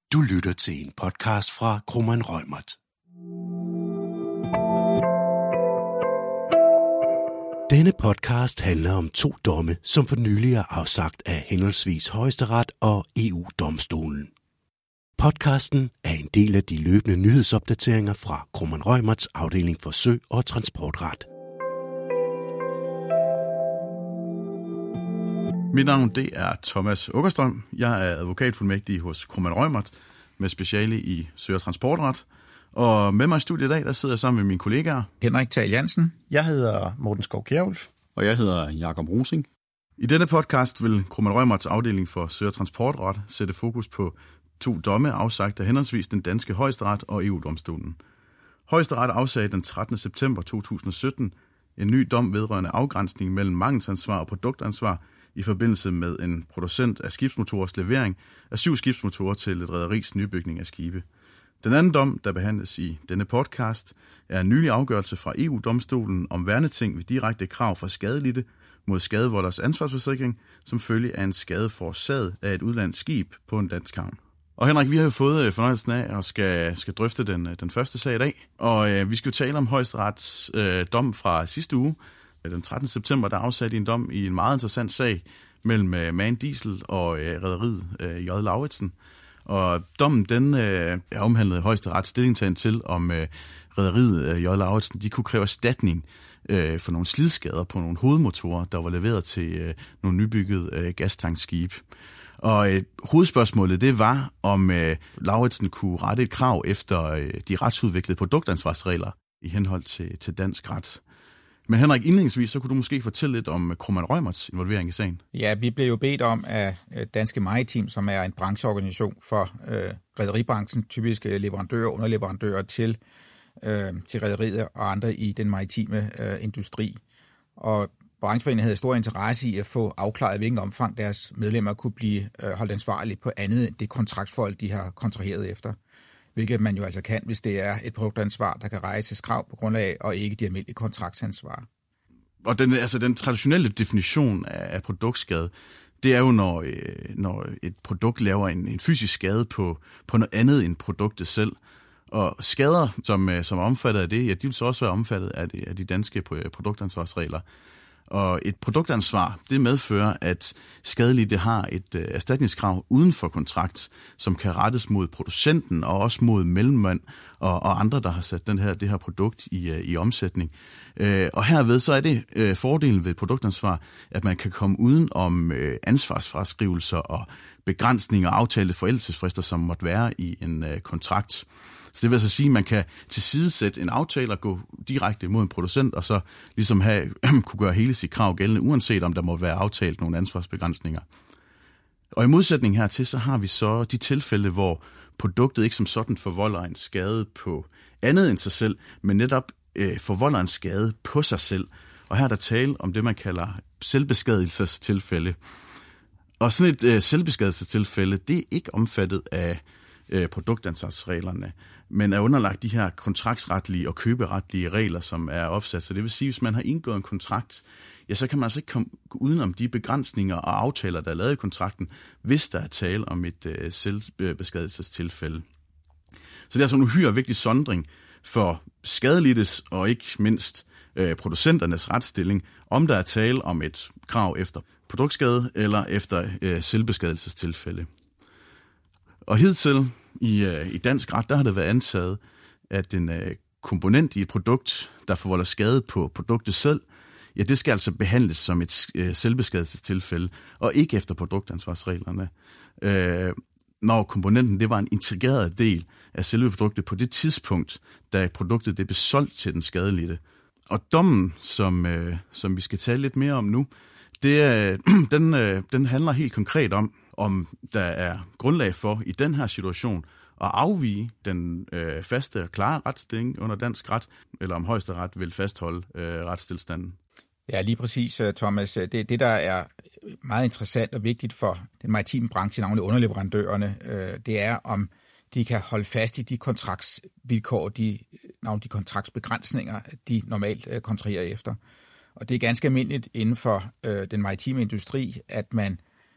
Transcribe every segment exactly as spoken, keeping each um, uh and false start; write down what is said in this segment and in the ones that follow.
Du lytter til en podcast fra Kromann Reumert. Denne podcast handler om to domme, som for nylig er afsagt af henholdsvis Højesteret og E U-domstolen. Podcasten er en del af de løbende nyhedsopdateringer fra Kromann Reumerts afdeling for sø- og transportret. Mit navn det er Thomas Åkerstrøm. Jeg er advokatfuldmægtig hos Kromann Reumert med speciale i sø- og transportret. Og med mig i studiet i dag, der sidder jeg sammen med mine kollegaer. Henrik Thal Jansen. Jeg hedder Morten Skov-Kjærulf. Og jeg hedder Jakob Rosing. I denne podcast vil Kromann Reumerts afdeling for sø- og transportret sætte fokus på to domme afsagt af henholdsvis den danske Højesteret og E U-domstolen. Højesteret afsagde den trettende september to tusind og sytten en ny dom vedrørende afgrænsning mellem mangelsansvar og produktansvar i forbindelse med en producent af skibsmotorers levering af syv skibsmotorer til et rederis nybygning af skibe. Den anden dom, der behandles i denne podcast, er en nylig afgørelse fra E U-domstolen om værneting ved direkte krav fra skadelidte mod skadevolders ansvarsforsikring, som følge af en skade forårsaget af et udlandsk skib på en dansk havn. Og Henrik, vi har jo fået fornøjelsen af at skal, skal drøfte den, den første sag i dag, og øh, vi skal jo tale om Højesterets øh, dom fra sidste uge. Den trettende september, der afsatte en dom i en meget interessant sag mellem øh, Man Diesel og øh, rederiet øh, J. Lauritsen. Og dommen, den øh, er omhandlet Højesterets stillingtagen til, om øh, rederiet øh, J. Lauritsen, de kunne kræve erstatning øh, for nogle slidskader på nogle hovedmotorer, der var leveret til øh, nogle nybyggede øh, gastankskib. Og øh, hovedspørgsmålet, det var, om øh, Lauritsen kunne rette et krav efter øh, de retsudviklede produktansvarsregler i henhold til, til dansk ret. Men Henrik, indledningsvis, så kunne du måske fortælle lidt om Kromann Reumerts involvering i sagen. Ja, vi blev jo bedt om af Danske Maritim, som er en brancheorganisation for øh, rederibranchen, typisk leverandører og underleverandører til, øh, til rederier og andre i den maritime øh, industri. Og brancheforeningen havde stor interesse i at få afklaret, hvilken omfang deres medlemmer kunne blive øh, holdt ansvarlige på andet end det kontraktforhold, de har kontraheret efter. Hvilket man jo altså kan, hvis det er et produktansvar, der kan rejses krav på grundlag af, og ikke de almindelige kontraktsansvar. Og den, altså den traditionelle definition af produktskade, det er jo, når, øh, når et produkt laver en, en fysisk skade på, på noget andet end produktet selv. Og skader, som, som er omfattet af det, ja, de vil så også være omfattet af de, af de danske produktansvarsregler. Og et produktansvar, det medfører, at skadelidte har et øh, erstatningskrav uden for kontrakt, som kan rettes mod producenten og også mod mellemmand og, og andre, der har sat den her, det her produkt i, øh, i omsætning. Øh, og herved så er det øh, fordelen ved et produktansvar, at man kan komme uden om øh, ansvarsfraskrivelser og begrænsninger og aftalte forældelsesfrister, som måtte være i en øh, kontrakt. Så det vil altså sige, at man kan tilsidesætte en aftale og gå direkte mod en producent, og så ligesom have, kunne gøre hele sit krav gældende, uanset om der må være aftalt nogle ansvarsbegrænsninger. Og i modsætning hertil, så har vi så de tilfælde, hvor produktet ikke som sådan forvolder en skade på andet end sig selv, men netop øh, forvolder en skade på sig selv. Og her er der tale om det, man kalder selvbeskadigelsestilfælde. Og sådan et øh, selvbeskadigelsestilfælde, det er ikke omfattet af øh, produktansvarsreglerne, men er underlagt de her kontraktsretlige og køberetlige regler, som er opsat. Så det vil sige, at hvis man har indgået en kontrakt, ja, så kan man altså ikke komme udenom de begrænsninger og aftaler, der er lavet i kontrakten, hvis der er tale om et øh, selvbeskadigelsestilfælde. Så det er altså en uhyre vigtig sondring for skadelidtes og ikke mindst øh, producenternes retsstilling, om der er tale om et krav efter produktskade eller efter øh, selvbeskadigelsestilfælde. Og hidtil i, øh, i dansk ret, der har det været antaget, at en øh, komponent i et produkt, der forvolder skade på produktet selv, ja, det skal altså behandles som et øh, selvbeskadigelsestilfælde, og ikke efter produktansvarsreglerne. Øh, når komponenten det var en integreret del af selve produktet på det tidspunkt, da produktet det blev solgt til den skadelidte. Og dommen, som, øh, som vi skal tale lidt mere om nu, det, øh, den, øh, den handler helt konkret om, om der er grundlag for i den her situation at afvige den øh, faste og klare retsstilling under dansk ret, eller om Højesteret vil fastholde øh, retstilstanden. Ja, lige præcis, Thomas. Det, det, der er meget interessant og vigtigt for den maritime branche, navnlig underleverandørerne, øh, det er, om de kan holde fast i de kontraktsvilkår, de, navnlig de kontraktsbegrænsninger, de normalt øh, kontraherer efter. Og det er ganske almindeligt inden for øh, den maritime industri, at man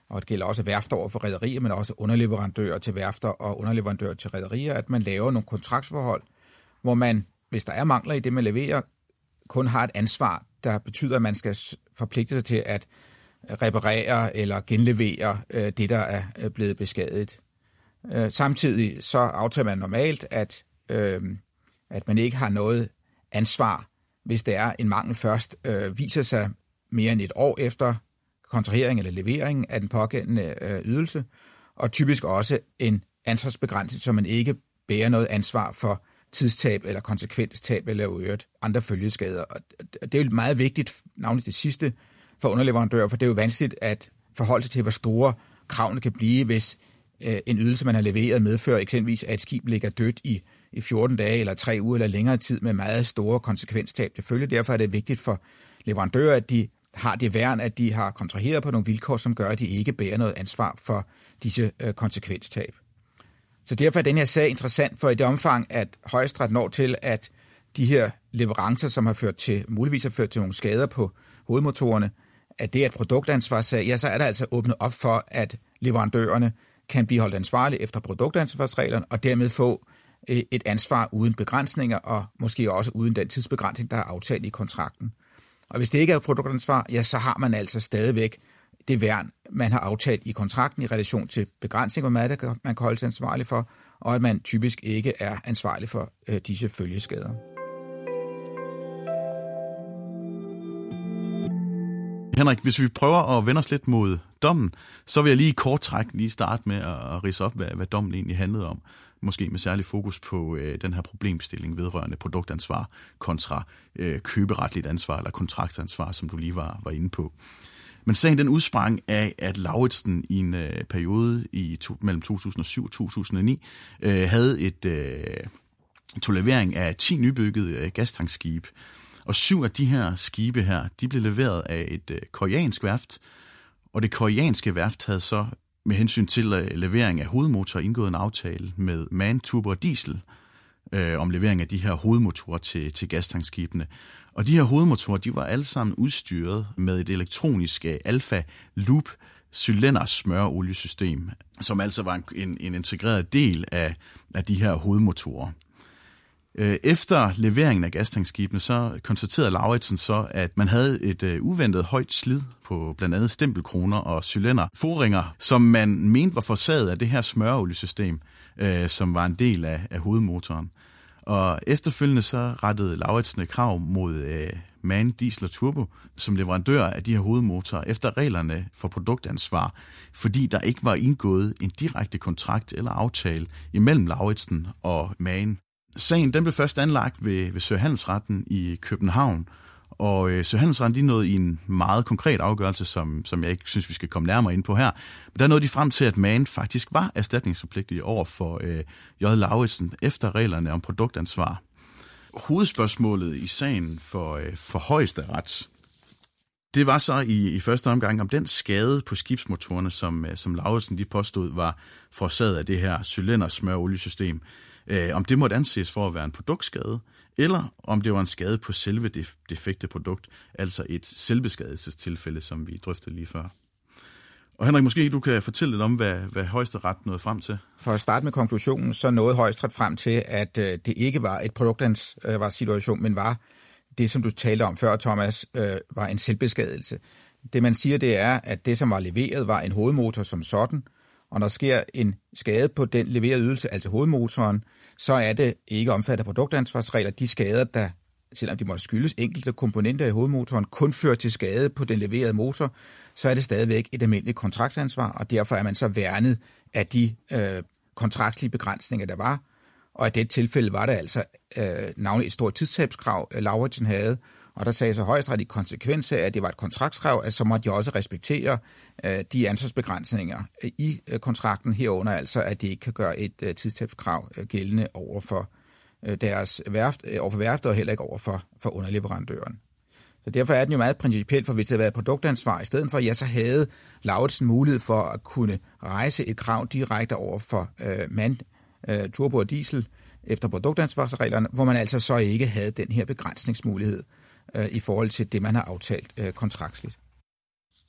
og det gælder også værfter over for rederier, men også underleverandører til værfter og underleverandører til rederier, at man laver nogle kontraktsforhold, hvor man, hvis der er mangler i det, man leverer, kun har et ansvar, der betyder, at man skal forpligte sig til at reparere eller genlevere øh, det, der er blevet beskadiget. Øh, samtidig så aftaler man normalt, at, øh, at man ikke har noget ansvar, hvis det er en mangel først øh, viser sig mere end et år efter kontrahering eller levering af den pågældende øh, ydelse, og typisk også en ansvarsbegrænsning, så man ikke bærer noget ansvar for tidstab eller konsekvenstab eller øvrigt andre følgeskader. Og det er jo meget vigtigt, navnlig det sidste, for underleverandører, for det er jo vanskeligt at forholde sig til, hvor store kravene kan blive, hvis øh, en ydelse, man har leveret, medfører eksempelvis, at et skib ligger dødt i, i fjorten dage eller tre uger eller længere tid med meget store konsekvenstab til følge. Derfor er det vigtigt for leverandører, at de har det værn, at de har kontraheret på nogle vilkår, som gør, at de ikke bærer noget ansvar for disse øh, konsekvenstab. Så derfor er den her sag interessant, for i det omfang, at Højesteret når til, at de her leverancer, som har ført til, muligvis har ført til nogle skader på hovedmotorerne, at det er et produktansvarssag, ja, så er der altså åbnet op for, at leverandørerne kan blive holdt ansvarlige efter produktansvarsreglerne, og dermed få et ansvar uden begrænsninger, og måske også uden den tidsbegrænsning, der er aftalt i kontrakten. Og hvis det ikke er et produktansvar, ja, så har man altså stadigvæk det værn, man har aftalt i kontrakten i relation til begrænsning, hvor meget man kan holde sig ansvarlig for, og at man typisk ikke er ansvarlig for øh, disse følgeskader. Henrik, hvis vi prøver at vende os lidt mod dommen, så vil jeg lige i kort træk lige starte med at ridse op, hvad, hvad dommen egentlig handlede om. Måske med særlig fokus på øh, den her problemstilling vedrørende produktansvar kontra øh, køberetligt ansvar eller kontraktsansvar, som du lige var, var inde på. Men sagen den udsprang af, at Lauridsen i en øh, periode i to, mellem to tusind og syv og to tusind og ni øh, havde et øh, tog levering af ti nybyggede øh, gastankskib. Og syv af de her skibe her, de blev leveret af et øh, koreansk værft, og det koreanske værft havde så med hensyn til øh, levering af hovedmotorer indgået en aftale med MAN Turbo og Diesel øh, om levering af de her hovedmotorer til, til gastankskibene. Og de her hovedmotorer, de var alle sammen udstyret med et elektronisk øh, Alpha Loop cylindersmøroljesystem, som altså var en, en integreret del af, af de her hovedmotorer. Efter leveringen af gastankskibene, så konstaterede Lauridsen så, at man havde et uh, uventet højt slid på blandt andet stempelkroner og cylinderforinger, som man mente var forsaget af det her smøroljesystem, uh, som var en del af, af hovedmotoren. Og efterfølgende så rettede Lauridsen et krav mod uh, MAN Diesel og Turbo som leverandør af de her hovedmotorer efter reglerne for produktansvar, fordi der ikke var indgået en direkte kontrakt eller aftale imellem Lauridsen og MAN. Sagen den blev først anlagt ved, ved Søhandelsretten i København, og øh, Søhandelsretten de nåede i en meget konkret afgørelse, som, som jeg ikke synes, vi skal komme nærmere ind på her. Men der nåede de frem til, at MAN faktisk var erstatningsforpligtig over for øh, J. Lauridsen efter reglerne om produktansvar. Hovedspørgsmålet i sagen for, øh, for Højesteret, det var så i, i første omgang, om den skade på skibsmotorerne, som, som Lauridsen de påstod var forårsaget af det her cylindersmøroljesystem, øh, om det måtte anses for at være en produktskade, eller om det var en skade på selve det defekte produkt, altså et selvbeskadelsestilfælde, som vi drøftede lige før. Og Henrik, måske du kan fortælle lidt om, hvad, hvad Højesteret nåede frem til? For at starte med konklusionen, så nåede Højesteret frem til, at øh, det ikke var et produktansvarssituation, men var det, som du talte om før, Thomas, øh, var en selvbeskadelse. Det, man siger, det er, at det, som var leveret, var en hovedmotor som sådan, og når der sker en skade på den leverede ydelse, altså hovedmotoren, så er det ikke omfattet af produktansvarsregler. De skader, der, selvom de måtte skyldes enkelte komponenter i hovedmotoren, kun fører til skade på den leverede motor, så er det stadigvæk et almindeligt kontraktsansvar, og derfor er man så værnet af de øh, kontraktlige begrænsninger, der var. Og i det tilfælde var det altså øh, navnlig et stort tidstabskrav, Lauridsen havde, og der sagde så Højesteret i konsekvens af, at det var et kontraktskrav, at så måtte de også respektere øh, de ansvarsbegrænsninger i øh, kontrakten herunder, altså at de ikke kan gøre et øh, tidstabskrav øh, gældende over for øh, deres værft, øh, over for værftet og heller ikke over for, for underleverandøren. Så derfor er den jo meget principielt, for hvis det havde været produktansvar i stedet for, ja, så havde Lauridsen mulighed for at kunne rejse et krav direkte over for øh, MAN, øh, Turbo og Diesel efter produktansvarsreglerne, hvor man altså så ikke havde den her begrænsningsmulighed i forhold til det, man har aftalt øh, kontraktsligt.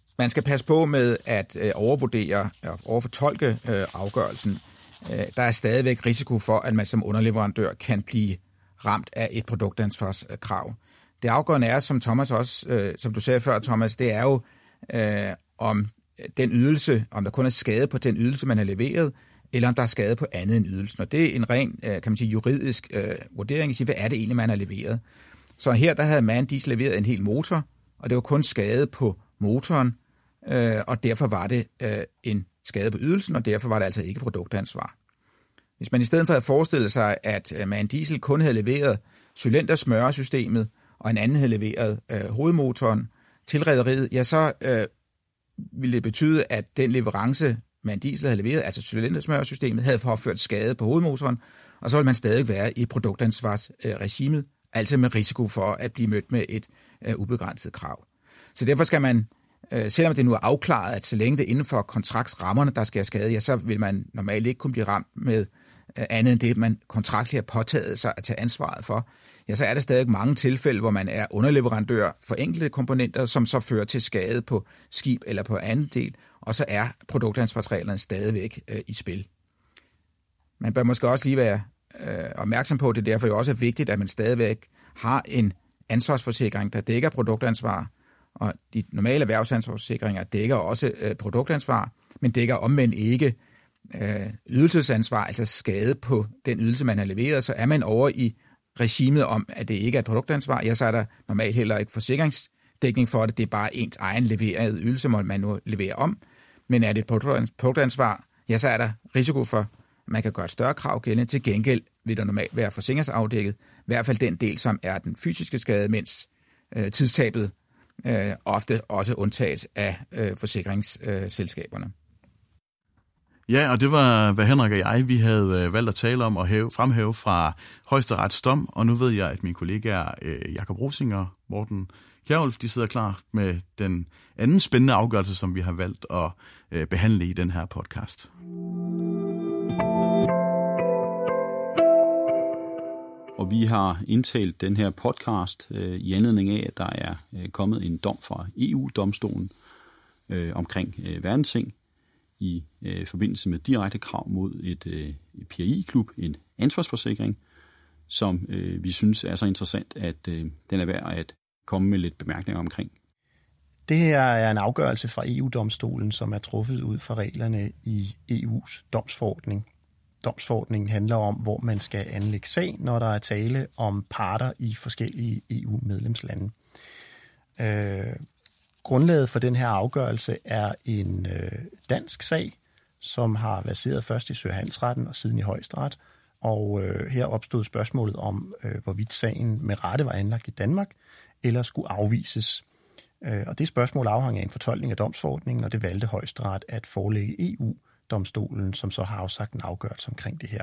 Man skal passe på med at øh, overvurdere og overfortolke øh, afgørelsen. Øh, der er stadigvæk risiko for, at man som underleverandør kan blive ramt af et produktansvarskrav. Det afgørende er, som Thomas også, øh, som du sagde før, Thomas, det er jo øh, om den ydelse, om der kun er skade på den ydelse, man har leveret, eller om der er skade på andet end ydelsen. Og det er en ren, øh, kan man sige, juridisk øh, vurdering. Hvad er det egentlig, man har leveret? Så her der havde MAN Diesel leveret en hel motor, og det var kun skade på motoren, øh, og derfor var det øh, en skade på ydelsen, og derfor var det altså ikke produktansvar. Hvis man i stedet for havde forestillet sig, at øh, MAN Diesel kun havde leveret cylindersmøresystemet, og en anden havde leveret øh, hovedmotoren til rederiet, ja, så øh, ville det betyde, at den leverance, MAN Diesel havde leveret, altså cylindersmøresystemet, havde påført skade på hovedmotoren, og så ville man stadig være i produktansvarsregimet, øh, altså med risiko for at blive mødt med et øh, ubegrænset krav. Så derfor skal man, øh, selvom det nu er afklaret, at så længe det er inden for kontraktsrammerne, der sker skade, ja, så vil man normalt ikke kunne blive ramt med øh, andet end det, man kontraktligt har påtaget sig at tage ansvaret for. Ja, så er der stadig mange tilfælde, hvor man er underleverandør for enkelte komponenter, som så fører til skade på skib eller på anden del, og så er produktansvarsreglerne stadigvæk øh, i spil. Man bør måske også lige være øh, opmærksom på, det derfor jo også er vigtigt, at man stadigvæk har en ansvarsforsikring, der dækker produktansvar, og de normale erhvervsansvarsforsikringer dækker også øh, produktansvar, men dækker omvendt ikke øh, ydelsesansvar, altså skade på den ydelse, man har leveret. Så er man over i regimet om, at det ikke er et produktansvar, ja, så er der normalt heller ikke forsikringsdækning for det. Det er bare ens egen leverede ydelse, må man nu levere om. Men er det et produktansvar, ja, så er der risiko for, at man kan gøre et større krav gældende. Til gengæld vil der normalt være forsikringsafdækket, i hvert fald den del, som er den fysiske skade, mens øh, tidstabet øh, ofte også undtages af øh, forsikringsselskaberne. Øh, Ja, og det var, hvad Henrik og jeg, vi havde valgt at tale om og hæve, fremhæve fra Højesterets dom, og nu ved jeg, at mine kollegaer øh, Jakob Rosing og Morten Kjærulf, de sidder klar med den anden spændende afgørelse, som vi har valgt at øh, behandle i den her podcast. Og vi har indtalt den her podcast øh, i anledning af, at der er øh, kommet en dom fra E U-domstolen øh, omkring øh, værneting i øh, forbindelse med direkte krav mod et øh, P R I-klub, en ansvarsforsikring, som øh, vi synes er så interessant, at øh, den er værd at komme med lidt bemærkninger omkring. Det her er en afgørelse fra E U-domstolen, som er truffet ud fra reglerne i E U's domsforordning. Domsforordningen handler om, hvor man skal anlægge sag, når der er tale om parter i forskellige E U-medlemslande. Øh, Grundlaget for den her afgørelse er en øh, dansk sag, som har verseret først i Søhandelsretten og siden i Højesteret. Og øh, her opstod spørgsmålet om, øh, hvorvidt sagen med rette var anlagt i Danmark, eller skulle afvises. Øh, og det spørgsmål afhang af en fortolkning af domsforordningen, og det valgte Højesteret at forelægge E U-domstolen, som så har afsagt en afgørelse omkring det her.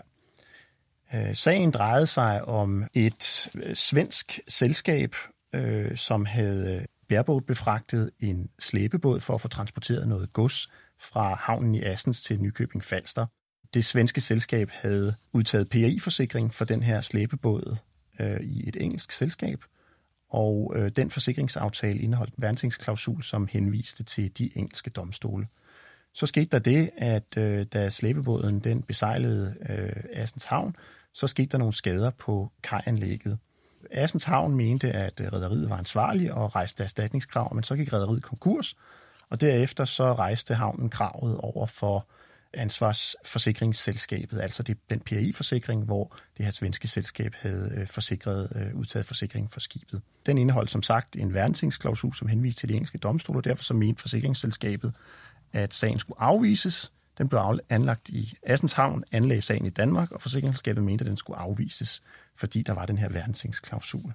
Øh, sagen drejede sig om et øh, svensk selskab, øh, som havde bærbåd befragtet en slæbebåd for at få transporteret noget gods fra havnen i Assens til Nykøbing Falster. Det svenske selskab havde udtaget P R I-forsikring for den her slæbebåd øh, i et engelsk selskab, og øh, den forsikringsaftale indeholdt en værnetingsklausul, som henviste til de engelske domstole. Så skete der det, at øh, da slæbebåden den besejlede øh, Assens havn, så skete der nogle skader på kajanlægget. Assens Havn mente, at rederiet var ansvarlig og rejste erstatningskrav, men så gik rederiet konkurs, og derefter så rejste havnen kravet over for ansvarsforsikringsselskabet, altså det, den P R I-forsikring, hvor det her svenske selskab havde forsikret, udtaget forsikring for skibet. Den indeholdt som sagt en værnetingsklausul, som henviste til de engelske domstole, og derfor så mente forsikringsselskabet, at sagen skulle afvises. Den blev anlagt i Assens Havn, anlagde sagen i Danmark, og forsikringsselskabet mente, at den skulle afvises, fordi der var den her værnetingsklausul.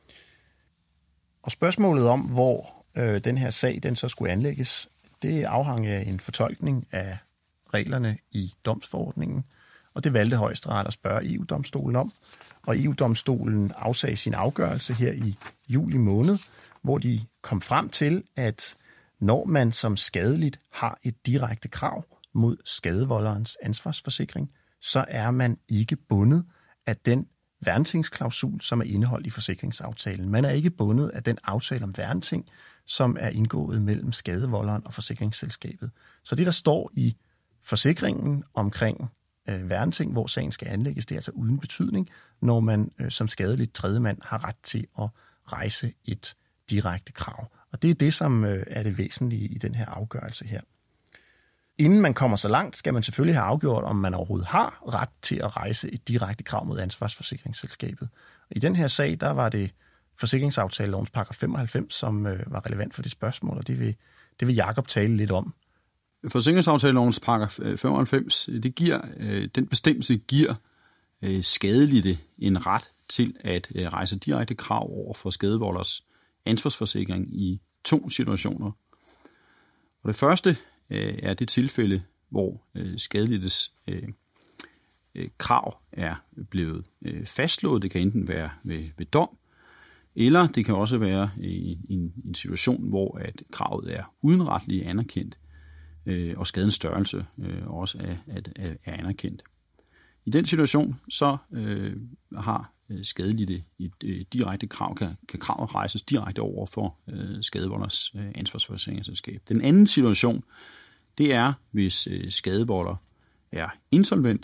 Og spørgsmålet om, hvor øh, den her sag den så skulle anlægges, det afhang af en fortolkning af reglerne i domsforordningen, og det valgte Højesteret at spørge E U-domstolen om. Og E U-domstolen afsagde sin afgørelse her i juli måned, hvor de kom frem til, at når man som skadeligt har et direkte krav mod skadevolderens ansvarsforsikring, så er man ikke bundet af den værnetingsklausul, som er indeholdt i forsikringsaftalen. Man er ikke bundet af den aftale om værneting, som er indgået mellem skadevolderen og forsikringsselskabet. Så det, der står i forsikringen omkring øh, værneting, hvor sagen skal anlægges, det er altså uden betydning, når man øh, som skadeligt tredjemand har ret til at rejse et direkte krav. Og det er det, som øh, er det væsentlige i den her afgørelse her. Inden man kommer så langt, skal man selvfølgelig have afgjort, om man overhovedet har ret til at rejse et direkte krav mod ansvarsforsikringsselskabet. Og i den her sag, der var det forsikringsaftalelovens paragraf femoghalvfems, som øh, var relevant for det spørgsmål, og det vil, det vil Jakob tale lidt om. Forsikringsaftalelovens paragraf femoghalvfems, det giver, øh, den bestemmelse giver øh, skadelidte en ret til at øh, rejse direkte krav over for skadevolders ansvarsforsikring i to situationer. Og det første øh, er det tilfælde, hvor øh, skadelidtes øh, øh, krav er blevet øh, fastslået. Det kan enten være ved, ved dom, eller det kan også være i en, en situation, hvor at kravet er udenretligt anerkendt, øh, og skadens størrelse øh, også er, er, er anerkendt. I den situation så øh, har skadelidte et øh, direkte krav, kan, kan kravet rejses direkte over for øh, skadevolders øh, ansvarsforsikringsselskab. Den anden situation, det er, hvis øh, skadevolder er insolvent,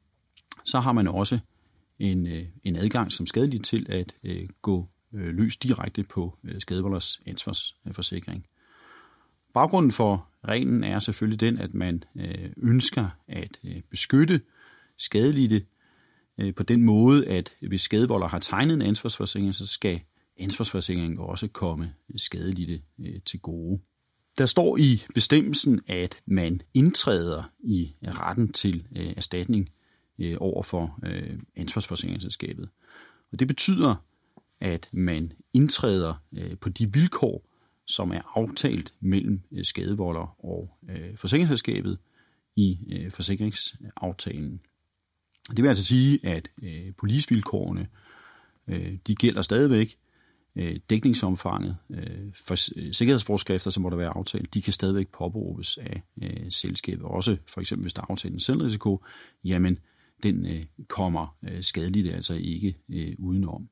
så har man også en, øh, en adgang som skadelig til at øh, gå øh, løs direkte på øh, skadevolders ansvarsforsikring. Baggrunden for reglen er selvfølgelig den, at man øh, ønsker at øh, beskytte skadelidte øh, på den måde, at hvis skadevolder har tegnet en ansvarsforsikring, så skal ansvarsforsikringen også komme skadelidte øh, til gode. Der står i bestemmelsen, at man indtræder i retten til øh, erstatning øh, over for øh, ansvarsforsikringsselskabet. Og det betyder, at man indtræder øh, på de vilkår, som er aftalt mellem øh, skadevolder og øh, forsikringsselskabet i øh, forsikringsaftalen. Det vil altså sige, at øh, policevilkårene, øh, de gælder stadigvæk. Øh, dækningsomfanget, øh, for, øh, sikkerhedsforskrifter, som må der være aftalt, de kan stadigvæk påberåbes af øh, selskabet. Også for eksempel, hvis der er aftalt en selvrisiko, jamen den øh, kommer øh, skadeligt altså ikke øh, udenom.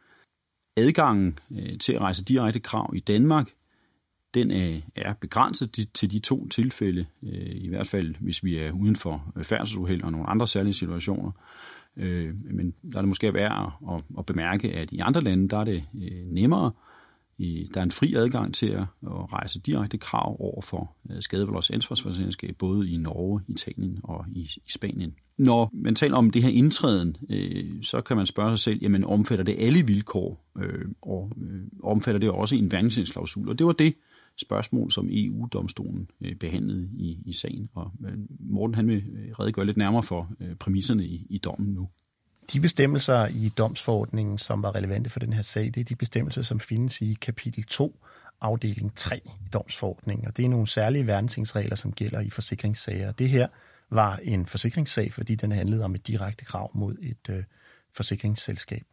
Adgangen øh, til at rejse direkte krav i Danmark, den øh, er begrænset de, til de to tilfælde, øh, i hvert fald hvis vi er uden for øh, færdselsuheld og nogle andre særlige situationer. Øh, men der er det måske værd at, at bemærke, at i andre lande, der er det øh, nemmere. I, der er en fri adgang til at, at rejse direkte krav over for øh, skadevolders ansvarsforsikringsselskab, både i Norge, Italien og i, i Spanien. Når man taler om det her indtræden, øh, så kan man spørge sig selv, jamen omfatter det alle vilkår, øh, og øh, omfatter det også en værnetingsklausul? Og det var det spørgsmål, som E U-domstolen øh, behandlede i, i sagen. Og øh, Morten, han vil redegøre lidt nærmere for øh, præmisserne i, i dommen nu. De bestemmelser i domsforordningen, som var relevante for den her sag, det er de bestemmelser, som findes i kapitel to, afdeling tre i domsforordningen. Og det er nogle særlige værnetingsregler, som gælder i forsikringssager. Det her var en forsikringssag, fordi den handlede om et direkte krav mod et øh, forsikringsselskab.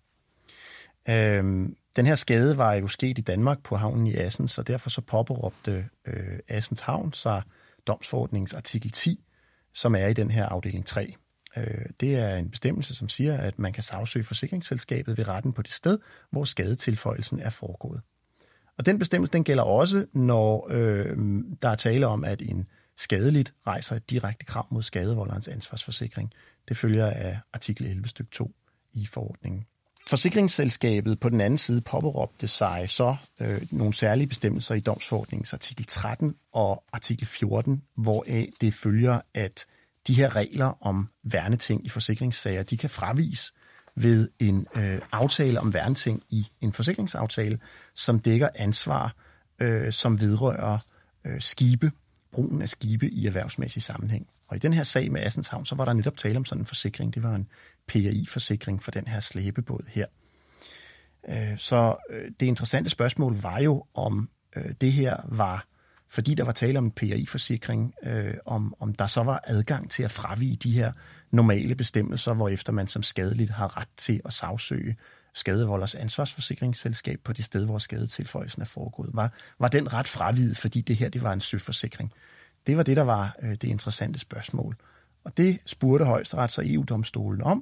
Øhm, den her skade var jo sket i Danmark på havnen i Assens, og derfor så påberåbte øh, Assens Havn sig domsforordningens artikel ti, som er i den her afdeling tre. Øh, det er en bestemmelse, som siger, at man kan sagsøge forsikringsselskabet ved retten på det sted, hvor skadetilføjelsen er foregået. Og den bestemmelse, den gælder også, når øh, der er tale om, at en skadeligt rejser et direkte krav mod skadevolderens ansvarsforsikring. Det følger af artikel elleve stykke to i forordningen. Forsikringsselskabet på den anden side påberåbte sig så øh, nogle særlige bestemmelser i domsforordningens artikel tretten og artikel fjorten, hvoraf det følger, at de her regler om værneting i forsikringssager, de kan fraviges ved en øh, aftale om værneting i en forsikringsaftale, som dækker ansvar, øh, som vedrører øh, skibe, brugen af skibe i erhvervsmæssig sammenhæng. Og i den her sag med Assens Havn, så var der netop tale om sådan en forsikring. Det var en P R I-forsikring for den her slæbebåd her. Så det interessante spørgsmål var jo, om det her var, fordi der var tale om en P R I-forsikring, om, om der så var adgang til at fravige de her normale bestemmelser, hvorefter man som skadeligt har ret til at sagsøge skadevolders ansvarsforsikringsselskab på det sted, hvor skadetilføjelsen er foregået. Var, var den ret fraviget, fordi det her det var en søforsikring? Det var det, der var øh, det interessante spørgsmål. Og det spurgte Højesteret og E U-domstolen om,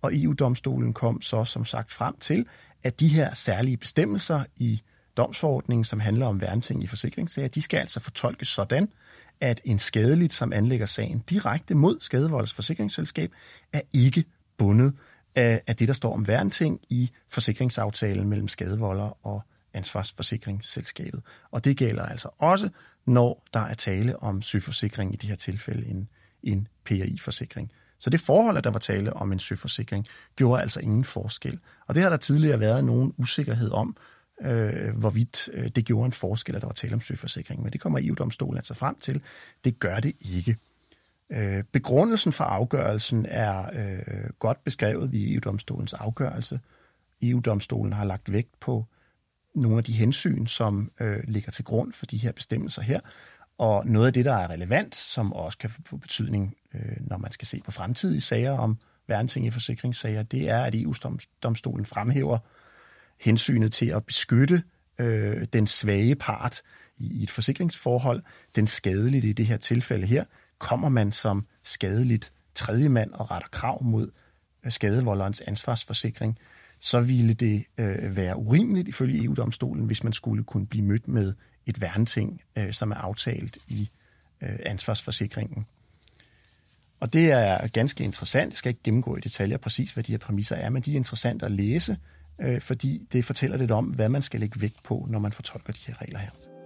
og E U-domstolen kom så som sagt frem til, at de her særlige bestemmelser i domsforordningen, som handler om værneting i forsikringssager, de skal altså fortolkes sådan, at en skadeligt, som anlægger sagen direkte mod skadevolders forsikringsselskab, er ikke bundet af, af det, der står om værneting i forsikringsaftalen mellem skadevolder og ansvarsforsikringsselskabet. Og det gælder altså også, når der er tale om søforsikring, i de her tilfælde en, en P R I-forsikring. Så det forhold, at der var tale om en søforsikring, gjorde altså ingen forskel. Og det har der tidligere været nogen usikkerhed om, øh, hvorvidt øh, det gjorde en forskel, at der var tale om søforsikring. Men det kommer E U-domstolen altså frem til. Det gør det ikke. Øh, begrundelsen for afgørelsen er øh, godt beskrevet i E U-domstolens afgørelse. E U-domstolen har lagt vægt på nogle af de hensyn, som øh, ligger til grund for de her bestemmelser her. Og noget af det, der er relevant, som også kan få betydning, øh, når man skal se på fremtidige sager om værneting i forsikringssager, det er, at E U-domstolen fremhæver hensynet til at beskytte øh, den svage part i, i et forsikringsforhold. Den skadelige i det her tilfælde her, kommer man som skadeligt tredjemand og retter krav mod skadevolderens ansvarsforsikring, så ville det øh, være urimeligt ifølge E U-domstolen, hvis man skulle kunne blive mødt med et værneting, øh, som er aftalt i øh, ansvarsforsikringen. Og det er ganske interessant. Jeg skal ikke gennemgå i detaljer præcis, hvad de her præmisser er, men de er interessante at læse, øh, fordi det fortæller lidt om, hvad man skal lægge vægt på, når man fortolker de her regler her.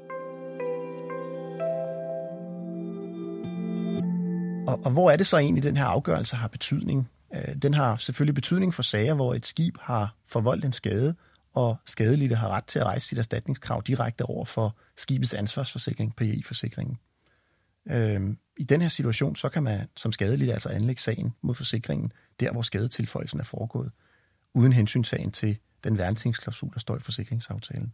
Og, og hvor er det så egentlig, den her afgørelse har betydning? Den har selvfølgelig betydning for sager, hvor et skib har forvoldt en skade, og skadelidte har ret til at rejse sit erstatningskrav direkte over for skibets ansvarsforsikring, P R I-forsikringen. Øhm, I den her situation, så kan man som skadelidte altså anlægge sagen mod forsikringen, der hvor skadetilføjelsen er foregået, uden hensyntagen til den værnetingsklausul, der står i forsikringsaftalen.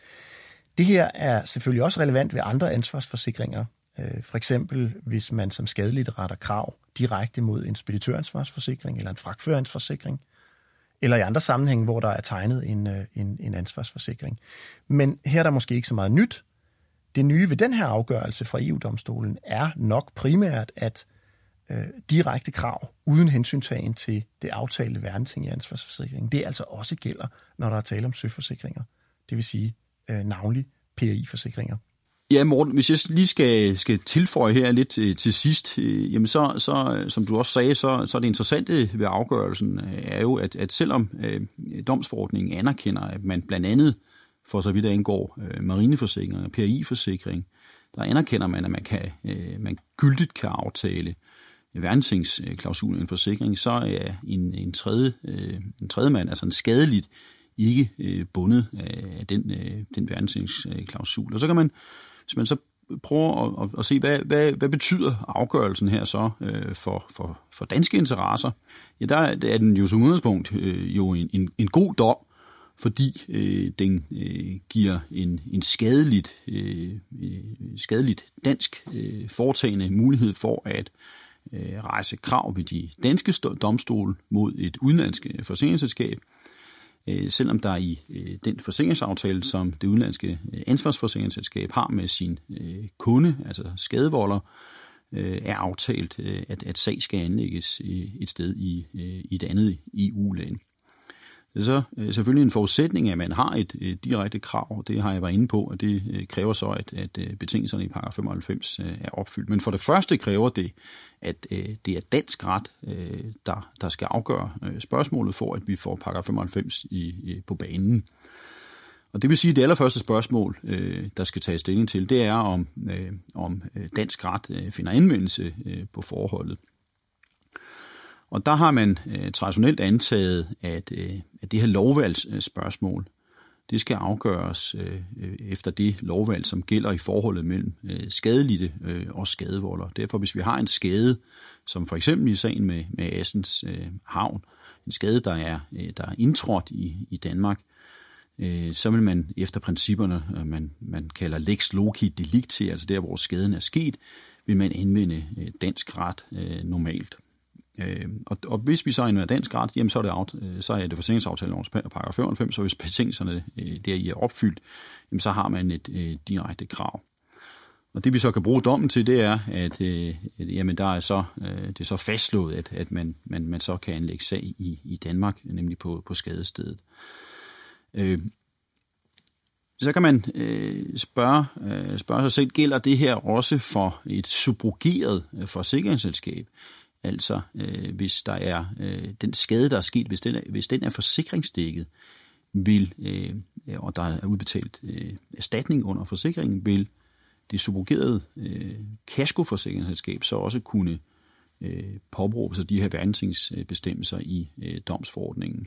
Det her er selvfølgelig også relevant ved andre ansvarsforsikringer. For eksempel, hvis man som skadelidte retter krav direkte mod en speditøransvarsforsikring eller en fragtføreransvarsforsikring, eller i andre sammenhænge, hvor der er tegnet en, en, en ansvarsforsikring. Men her er der måske ikke så meget nyt. Det nye ved den her afgørelse fra E U-domstolen er nok primært, at øh, direkte krav uden hensyntagen til det aftalte værneting i ansvarsforsikringen, det altså også gælder, når der er tale om søforsikringer. Det vil sige øh, navnlig P R I-forsikringer. Ja, Morten, hvis jeg lige skal, skal tilføje her lidt øh, til sidst, øh, jamen så, så, som du også sagde, så, så er det interessante ved afgørelsen øh, er jo, at, at selvom øh, domsforordningen anerkender, at man blandt andet, for så vidt angår øh, marineforsikring og P R I-forsikring, der anerkender man, at man, kan, øh, man gyldigt kan aftale værnetingsklausulen i en forsikring, så er en, en, tredje, øh, en tredje mand, altså en skadeligt, ikke øh, bundet af den, øh, den værnetingsklausul. Og så kan man, hvis man så prøver at, at se, hvad, hvad, hvad betyder afgørelsen her så øh, for, for, for danske interesser, ja, der er den jo som udgangspunkt øh, jo en, en, en god dom, fordi øh, den øh, giver en, en skadeligt, øh, skadeligt dansk øh, foretagende mulighed for at øh, rejse krav ved de danske domstole mod et udenlandsk forsikringsselskab, øh, selvom der i øh, den forsikringsaftale, som det udenlandske øh, ansvarsforsikringsselskab har med sin øh, kunde, altså skadevolder, øh, er aftalt, øh, at, at sag skal anlægges øh, et sted i, øh, i et andet E U-land. Det er så øh, selvfølgelig en forudsætning, at man har et øh, direkte krav, det har jeg været inde på, og det øh, kræver så, at, at øh, betingelserne i paragraf femoghalvfems øh, er opfyldt. Men for det første kræver det, at øh, det er dansk ret, øh, der, der skal afgøre øh, spørgsmålet for, at vi får paragraf femoghalvfems i, i, på banen. Og det vil sige, at det allerførste spørgsmål, øh, der skal tages stilling til, det er, om, øh, om dansk ret øh, finder anvendelse øh, på forholdet. Og der har man øh, traditionelt antaget, at, øh, at det her lovvalgsspørgsmål, det skal afgøres øh, efter det lovvalg, som gælder i forholdet mellem øh, skadelidte øh, og skadevolder. Derfor, hvis vi har en skade, som for eksempel i sagen med, med Assens øh, havn, en skade, der er, øh, der er indtrådt i, i Danmark, øh, så vil man efter principperne, øh, man, man kalder lex loci delicti, altså der, hvor skaden er sket, vil man anvende øh, dansk ret øh, normalt. Øh, og, og hvis vi så anvender dansk ret, jamen så er det, out, øh, så er det forsikringsaftalelovens paragraf femoghalvfems, så hvis betingelserne øh, deri er opfyldt, jamen så har man et øh, direkte krav. Og det vi så kan bruge dommen til, det er, at øh, jamen, der er så, øh, det er så fastslået, at, at man, man, man så kan anlægge sag i, i Danmark, nemlig på, på skadestedet. Øh, så kan man øh, spørge, øh, spørge sig selv, gælder det her også for et subrogeret øh, forsikringsselskab? Altså øh, hvis der er øh, den skade, der er sket, hvis den er, hvis den er forsikringsdækket, vil, øh, og der er udbetalt øh, erstatning under forsikringen, vil det subrogerede øh, kaskoforsikringsselskab så også kunne øh, påberåbe sig de her værnetingsbestemmelser i øh, domsforordningen.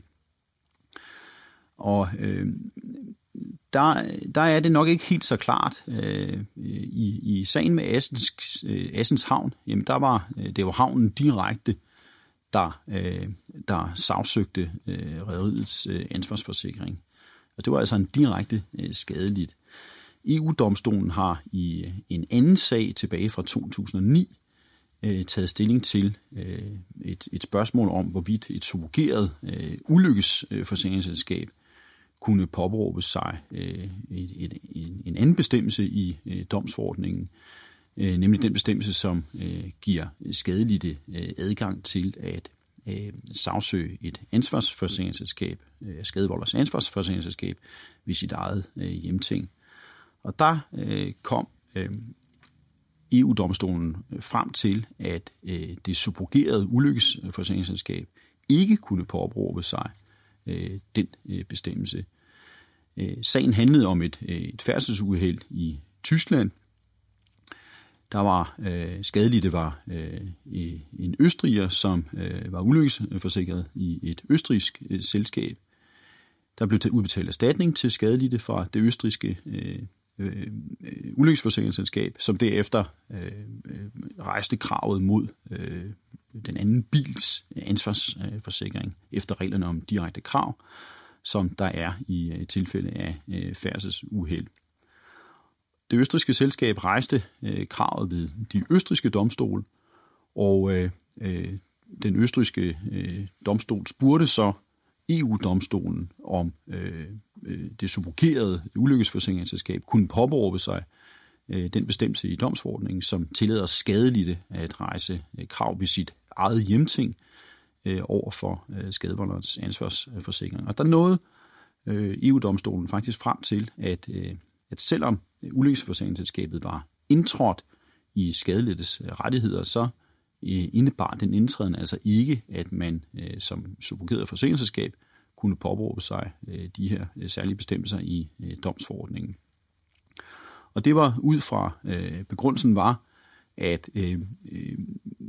Og øh, der, der er det nok ikke helt så klart øh, i, i sagen med Assens, øh, Assens Havn. Jamen der var det var havnen direkte, der, øh, der sagsøgte øh, rederiets øh, ansvarsforsikring. Og det var altså en direkte øh, skadeligt. E U-domstolen har i en anden sag tilbage fra to tusind og ni øh, taget stilling til øh, et, et spørgsmål om, hvorvidt et subrogeret øh, ulykkesforsikringsselskab kunne påberåbe sig øh, et, et, en, en anden bestemmelse i øh, domsforordningen, øh, nemlig den bestemmelse, som øh, giver skadelidte øh, adgang til at øh, sagsøge et ansvarsforsikringsselskab, øh, skadevolders ansvarsforsikringsselskab, ved sit eget øh, hjemting. Og der øh, kom øh, E U-domstolen frem til, at øh, det subrogerede ulykkesforsikringsselskab ikke kunne påberåbe sig øh, den øh, bestemmelse. Øh, sagen handlede om et, øh, et færdselsuheld i Tyskland. Der var øh, skadelidte var øh, en østriger, som øh, var ulykkesforsikret i et østrigsk øh, selskab. Der blev udbetalt erstatning til skadelidte fra det østrigske øh, øh, ulykkesforsikringsselskab, som derefter øh, rejste kravet mod øh, den anden bils ansvarsforsikring efter reglerne om direkte krav, som der er i øh, tilfælde af øh, færdselsuheld. Det østrigske selskab rejste øh, kravet ved de østrigske domstole, og øh, øh, den østrigske øh, domstol spurgte så E U-domstolen om øh, øh, det subrogerede ulykkesforsikringsselskab kunne påberåbe sig øh, den bestemmelse i domsforordningen, som tillader skadelidte at rejse øh, krav ved sit eget hjemting øh, over for øh, skadevolderens ansvarsforsikring. Og der nåede øh, E U-domstolen faktisk frem til, at, øh, at selvom ulykkesforsikringsselskabet var indtrådt i skadelidtes rettigheder, så indebar den indtræden altså ikke, at man øh, som subrogeret forsikringsselskab kunne påberåbe sig øh, de her øh, særlige bestemmelser i øh, domsforordningen. Og det var ud fra, øh, begrundelsen var, at øh, øh,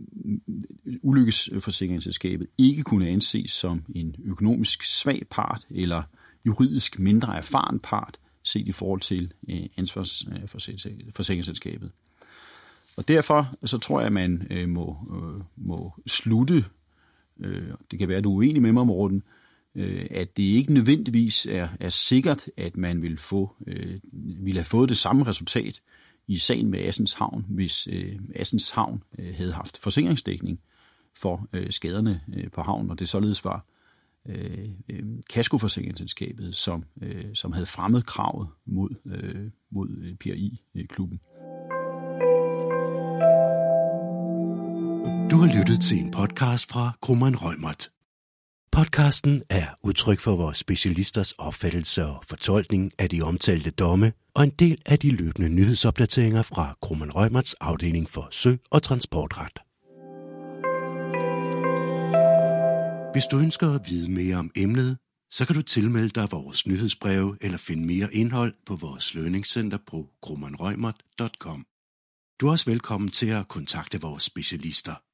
ulykkesforsikringsselskabet ikke kunne anses som en økonomisk svag part eller juridisk mindre erfaren part set i forhold til øh, ansvarsforsikringsselskabet. Og derfor så tror jeg, at man øh, må, øh, må slutte, øh, det kan være, at du er uenig med mig, Morten, øh, at det ikke nødvendigvis er, er sikkert, at man vil få, øh, ville have fået det samme resultat i sagen med Assens Havn, hvis øh, Assens Havn øh, havde haft forsikringsdækning for øh, skaderne øh, på havnen, og det således var øh, øh, kaskoforsikringsselskabet, som, øh, som havde fremmet kravet mod, øh, mod P R I-klubben. Du har lyttet til en podcast fra Kromann Reumert. Podcasten er udtryk for vores specialisters opfattelse og fortolkning af de omtalte domme og en del af de løbende nyhedsopdateringer fra Kromann Reumerts afdeling for sø- og transportret. Hvis du ønsker at vide mere om emnet, så kan du tilmelde dig vores nyhedsbreve eller finde mere indhold på vores learningcenter på kromann reumert punktum com. Du er også velkommen til at kontakte vores specialister.